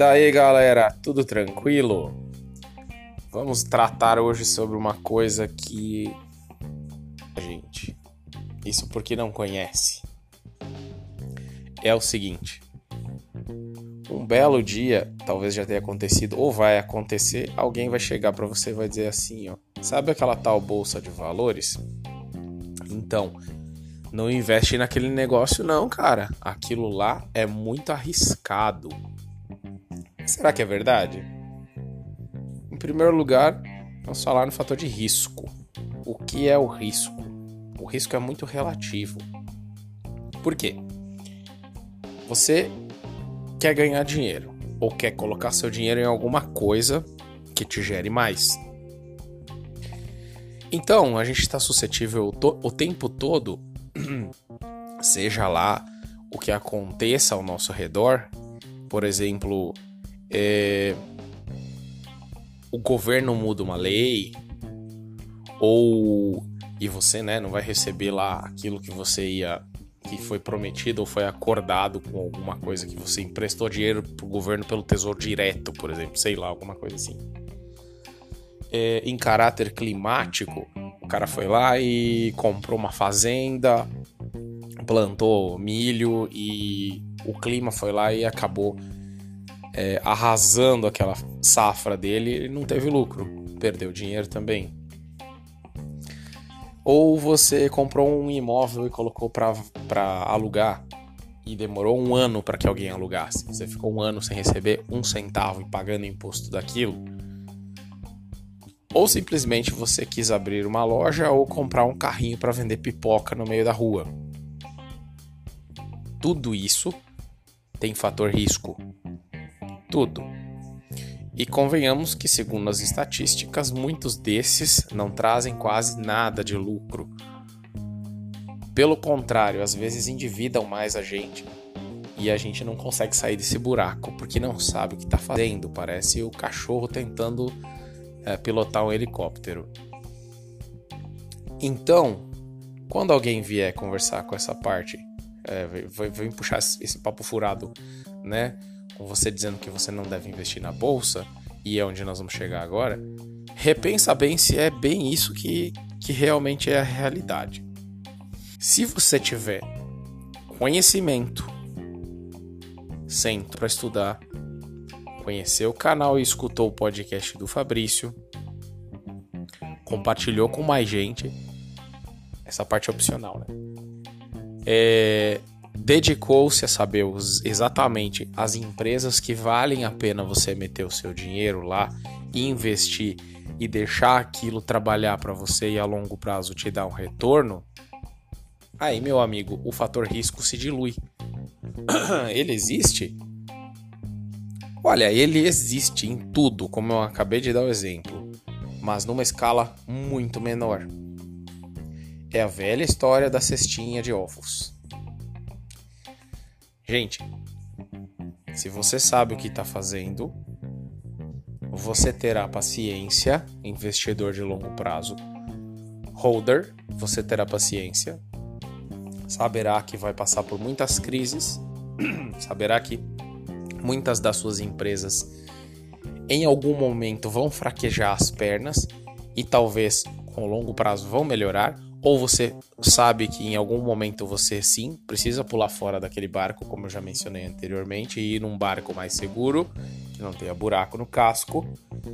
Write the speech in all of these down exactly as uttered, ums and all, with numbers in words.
Daí galera, tudo tranquilo? Vamos tratar hoje sobre uma coisa que... Gente, isso porque não conhece. É o seguinte: um belo dia, talvez já tenha acontecido ou vai acontecer, alguém vai chegar pra você e vai dizer assim, ó: sabe aquela tal bolsa de valores? Então, não investe naquele negócio não, cara. Aquilo lá é muito arriscado. Será que é verdade? Em primeiro lugar, vamos falar no fator de risco. O que é o risco? O risco é muito relativo. Por quê? Você quer ganhar dinheiro ou quer colocar seu dinheiro em alguma coisa que te gere mais. Então, a gente está suscetível to- o tempo todo, seja lá o que aconteça ao nosso redor, por exemplo, é, o governo muda uma lei, ou e você, né, não vai receber lá aquilo que você ia, que foi prometido ou foi acordado com alguma coisa que você emprestou dinheiro pro governo pelo Tesouro Direto, por exemplo, sei lá, alguma coisa assim. É, em caráter climático, o cara foi lá e comprou uma fazenda, plantou milho e o clima foi lá e acabou é, arrasando aquela safra dele. Ele não teve lucro, perdeu dinheiro também. Ou você comprou um imóvel e colocou para alugar e demorou um ano para que alguém alugasse. Você ficou um ano sem receber um centavo e pagando imposto daquilo. Ou simplesmente você quis abrir uma loja ou comprar um carrinho para vender pipoca no meio da rua. Tudo isso tem fator risco. Tudo. E convenhamos que, segundo as estatísticas, muitos desses não trazem quase nada de lucro. Pelo contrário, às vezes endividam mais a gente. E a gente não consegue sair desse buraco porque não sabe o que está fazendo. Parece o cachorro tentando é, pilotar um helicóptero. Então, quando alguém vier conversar com essa parte, é, vem puxar esse papo furado, né? Com você dizendo que você não deve investir na bolsa, e é onde nós vamos chegar agora, repensa bem se é bem isso que, que realmente é a realidade. Se você tiver conhecimento, senta para estudar, conheceu o canal e escutou o podcast do Fabrício, compartilhou com mais gente, essa parte é opcional, né? É... dedicou-se a saber os, exatamente as empresas que valem a pena você meter o seu dinheiro lá e investir e deixar aquilo trabalhar para você e a longo prazo te dar um retorno, aí, meu amigo, o fator risco se dilui. Ele existe? Olha, ele existe em tudo, como eu acabei de dar o exemplo, mas numa escala muito menor. É a velha história da cestinha de ovos. Gente, se você sabe o que está fazendo, você terá paciência, investidor de longo prazo, holder, você terá paciência, saberá que vai passar por muitas crises, saberá que muitas das suas empresas em algum momento vão fraquejar as pernas e talvez com longo prazo vão melhorar. Ou você sabe que em algum momento você sim precisa pular fora daquele barco, como eu já mencionei anteriormente, e ir num barco mais seguro, que não tenha buraco no casco.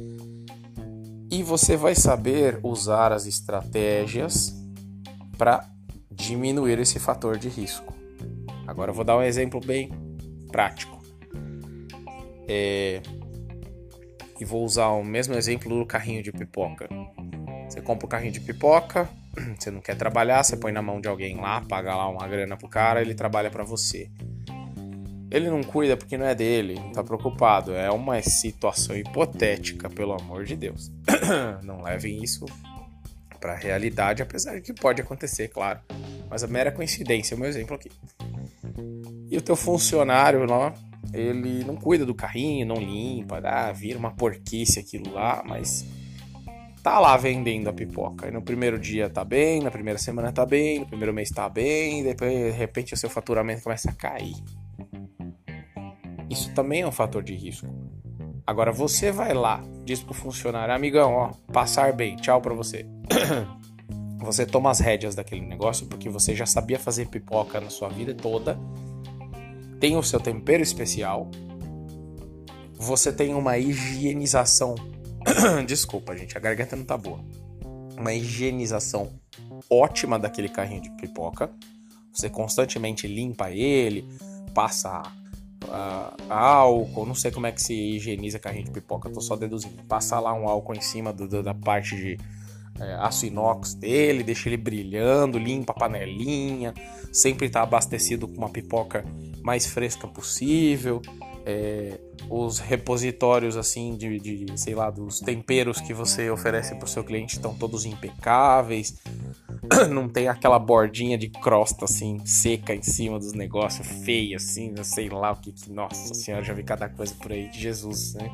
E você vai saber usar as estratégias para diminuir esse fator de risco. Agora eu vou dar um exemplo bem prático. É... E vou usar o mesmo exemplo do carrinho de pipoca. Você compra o carrinho de pipoca, você não quer trabalhar, você põe na mão de alguém lá, paga lá uma grana pro cara, ele trabalha pra você. Ele não cuida porque não é dele, não tá preocupado. É uma situação hipotética, pelo amor de Deus. Não levem isso pra realidade, apesar de que pode acontecer, claro. Mas a mera coincidência, é o meu exemplo aqui. E o teu funcionário lá, ele não cuida do carrinho, não limpa, dá, vira uma porquice aquilo lá, mas... tá lá vendendo a pipoca. E no primeiro dia tá bem, na primeira semana tá bem, no primeiro mês tá bem, e depois de repente o seu faturamento começa a cair. Isso também é um fator de risco. Agora você vai lá, diz pro funcionário, amigão, ó, passar bem, tchau pra você. Você toma as rédeas daquele negócio porque você já sabia fazer pipoca na sua vida toda, tem o seu tempero especial, você tem uma higienização, desculpa gente, a garganta não tá boa, uma higienização ótima daquele carrinho de pipoca, você constantemente limpa ele, passa uh, álcool, não sei como é que se higieniza carrinho de pipoca, tô só deduzindo, passa lá um álcool em cima do, do, da parte de é, aço inox dele, deixa ele brilhando, limpa a panelinha, sempre tá abastecido com uma pipoca mais fresca possível, é, os repositórios assim de, de, sei lá, dos temperos que você oferece para o seu cliente estão todos impecáveis, não tem aquela bordinha de crosta assim seca em cima dos negócios, feia assim, sei lá o que, que nossa senhora, já vi cada coisa por aí de Jesus, né?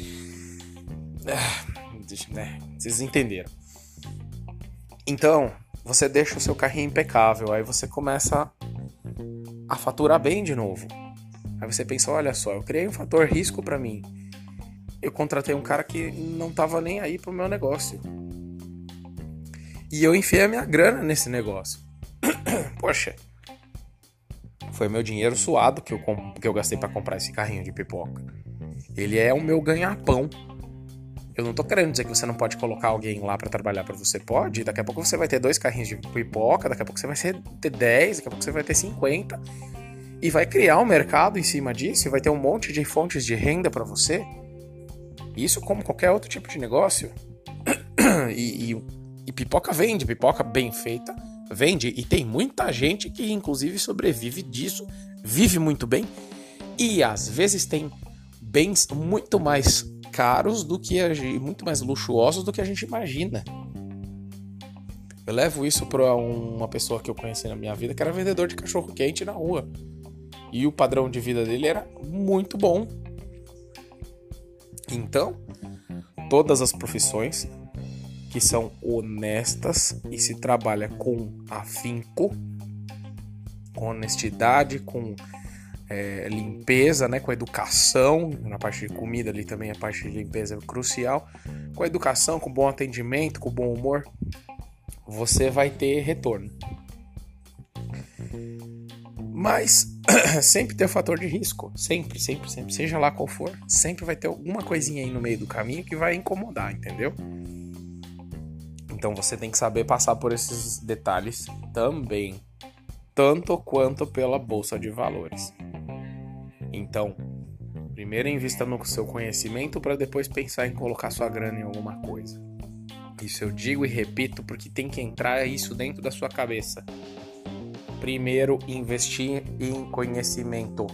né? Vocês entenderam. Então, você deixa o seu carrinho impecável, aí você começa a faturar bem de novo. Aí você pensa, olha só, eu criei um fator risco pra mim. Eu contratei um cara que não tava nem aí pro meu negócio. E eu enfiei a minha grana nesse negócio. Poxa, foi meu dinheiro suado que eu, que eu gastei pra comprar esse carrinho de pipoca. Ele é o meu ganha-pão. Eu não tô querendo dizer que você não pode colocar alguém lá pra trabalhar pra você. Pode, daqui a pouco você vai ter dois carrinhos de pipoca, daqui a pouco você vai ter dez, daqui a pouco você vai ter cinquenta. E vai criar um mercado em cima disso, e vai ter um monte de fontes de renda pra você. Isso como qualquer outro tipo de negócio. E, e, e pipoca vende, pipoca bem feita vende. E tem muita gente que inclusive sobrevive disso, vive muito bem. E às vezes tem bens muito mais caros do que a gente, muito mais luxuosos do que a gente imagina. Eu levo isso para uma pessoa que eu conheci na minha vida que era vendedor de cachorro quente na rua. E o padrão de vida dele era muito bom. Então, todas as profissões que são honestas e se trabalha com afinco, com honestidade, com é, limpeza, né, com educação, na parte de comida ali também a parte de limpeza é crucial, com educação, com bom atendimento, com bom humor, você vai ter retorno. Mas sempre tem o fator de risco, sempre, sempre, sempre, seja lá qual for, sempre vai ter alguma coisinha aí no meio do caminho que vai incomodar, entendeu? Então você tem que saber passar por esses detalhes também, tanto quanto pela bolsa de valores. Então, primeiro invista no seu conhecimento para depois pensar em colocar sua grana em alguma coisa. Isso eu digo e repito porque tem que entrar isso dentro da sua cabeça. Primeiro, investir em conhecimento.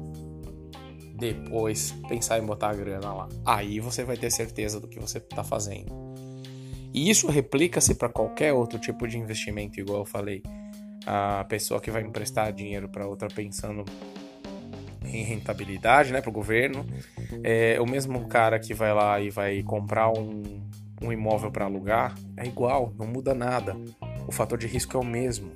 Depois, pensar em botar a grana lá. Aí você vai ter certeza do que você está fazendo. E isso replica-se para qualquer outro tipo de investimento, igual eu falei. A pessoa que vai emprestar dinheiro para outra pensando em rentabilidade, né, para o governo. É, o mesmo cara que vai lá e vai comprar um, um imóvel para alugar, é igual, não muda nada. O fator de risco é o mesmo.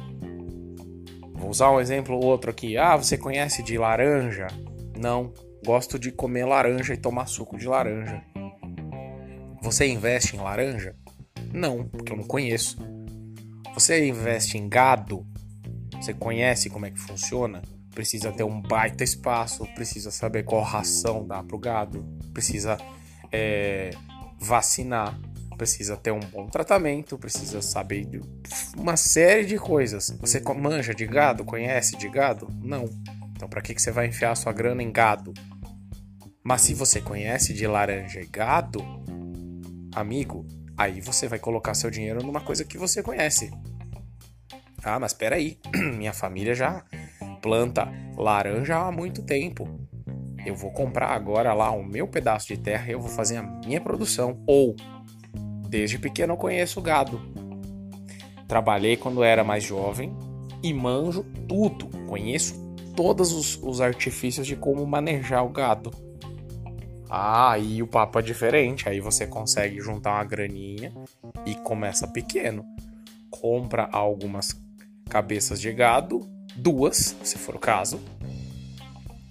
Vou usar um exemplo outro aqui. Ah, você conhece de laranja? Não, gosto de comer laranja e tomar suco de laranja. Você investe em laranja? Não, porque eu não conheço. Você investe em gado? Você conhece como é que funciona? Precisa ter um baita espaço, precisa saber qual ração dá pro gado, precisa é, vacinar, precisa ter um bom tratamento, precisa saber de uma série de coisas. Você manja de gado? Conhece de gado? Não. Então para que que você vai enfiar a sua grana em gado? Mas se você conhece de laranja e gado, amigo, aí você vai colocar seu dinheiro numa coisa que você conhece. Ah, mas espera aí, minha família já planta laranja há muito tempo. Eu vou comprar agora lá o meu pedaço de terra e eu vou fazer a minha produção. Ou, desde pequeno eu conheço gado. Trabalhei quando era mais jovem e manjo tudo. Conheço todos os, os artifícios de como manejar o gado. Ah, aí o papo é diferente. Aí você consegue juntar uma graninha e começa pequeno. Compra algumas cabeças de gado, duas, se for o caso,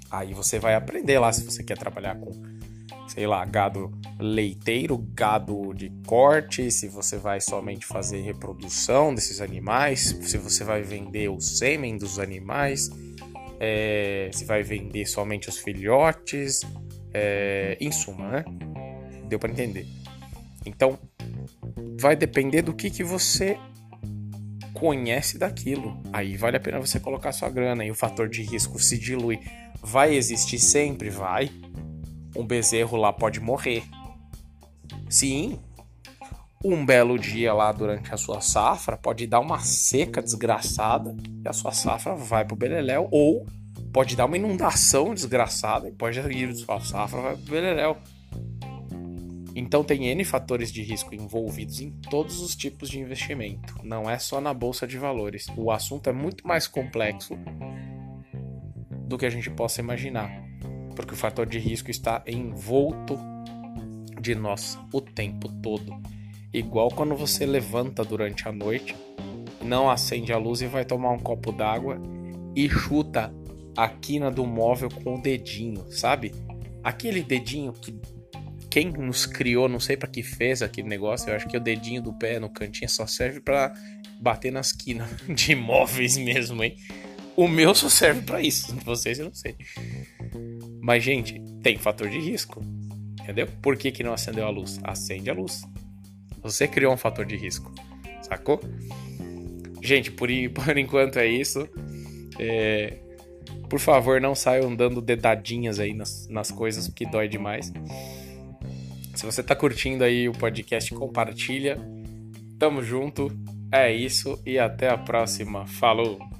Aí você vai aprender lá se você quer trabalhar com, sei lá, gado leiteiro, gado de corte, se você vai somente fazer reprodução desses animais, se você vai vender o sêmen dos animais, é, se vai vender somente os filhotes, é, em suma, né? Deu para entender. Então, vai depender do que, que você conhece daquilo. Aí vale a pena você colocar sua grana e o fator de risco se dilui. Vai existir sempre? Vai. Um bezerro lá pode morrer. Sim. Um belo dia lá durante a sua safra pode dar uma seca desgraçada e a sua safra vai pro beleléu. Ou pode dar uma inundação desgraçada e pode ir a sua safra vai pro beleléu. Então tem N fatores de risco envolvidos em todos os tipos de investimento. Não é só na bolsa de valores. O assunto é muito mais complexo do que a gente possa imaginar. Porque o fator de risco está envolto de nós o tempo todo. Igual quando você levanta durante a noite, não acende a luz e vai tomar um copo d'água e chuta a quina do móvel com o dedinho, sabe? Aquele dedinho que quem nos criou, não sei pra que fez aquele negócio, eu acho que o dedinho do pé no cantinho só serve pra bater nas quinas de imóveis mesmo, hein? O meu só serve pra isso, vocês eu não sei. Mas, gente, tem fator de risco, entendeu? Por que que não acendeu a luz? Acende a luz. Você criou um fator de risco, sacou? Gente, por, por enquanto é isso. É... Por favor, não saiam dando dedadinhas aí nas, nas coisas, porque dói demais. Se você tá curtindo aí o podcast, compartilha. Tamo junto. É isso e até a próxima. Falou!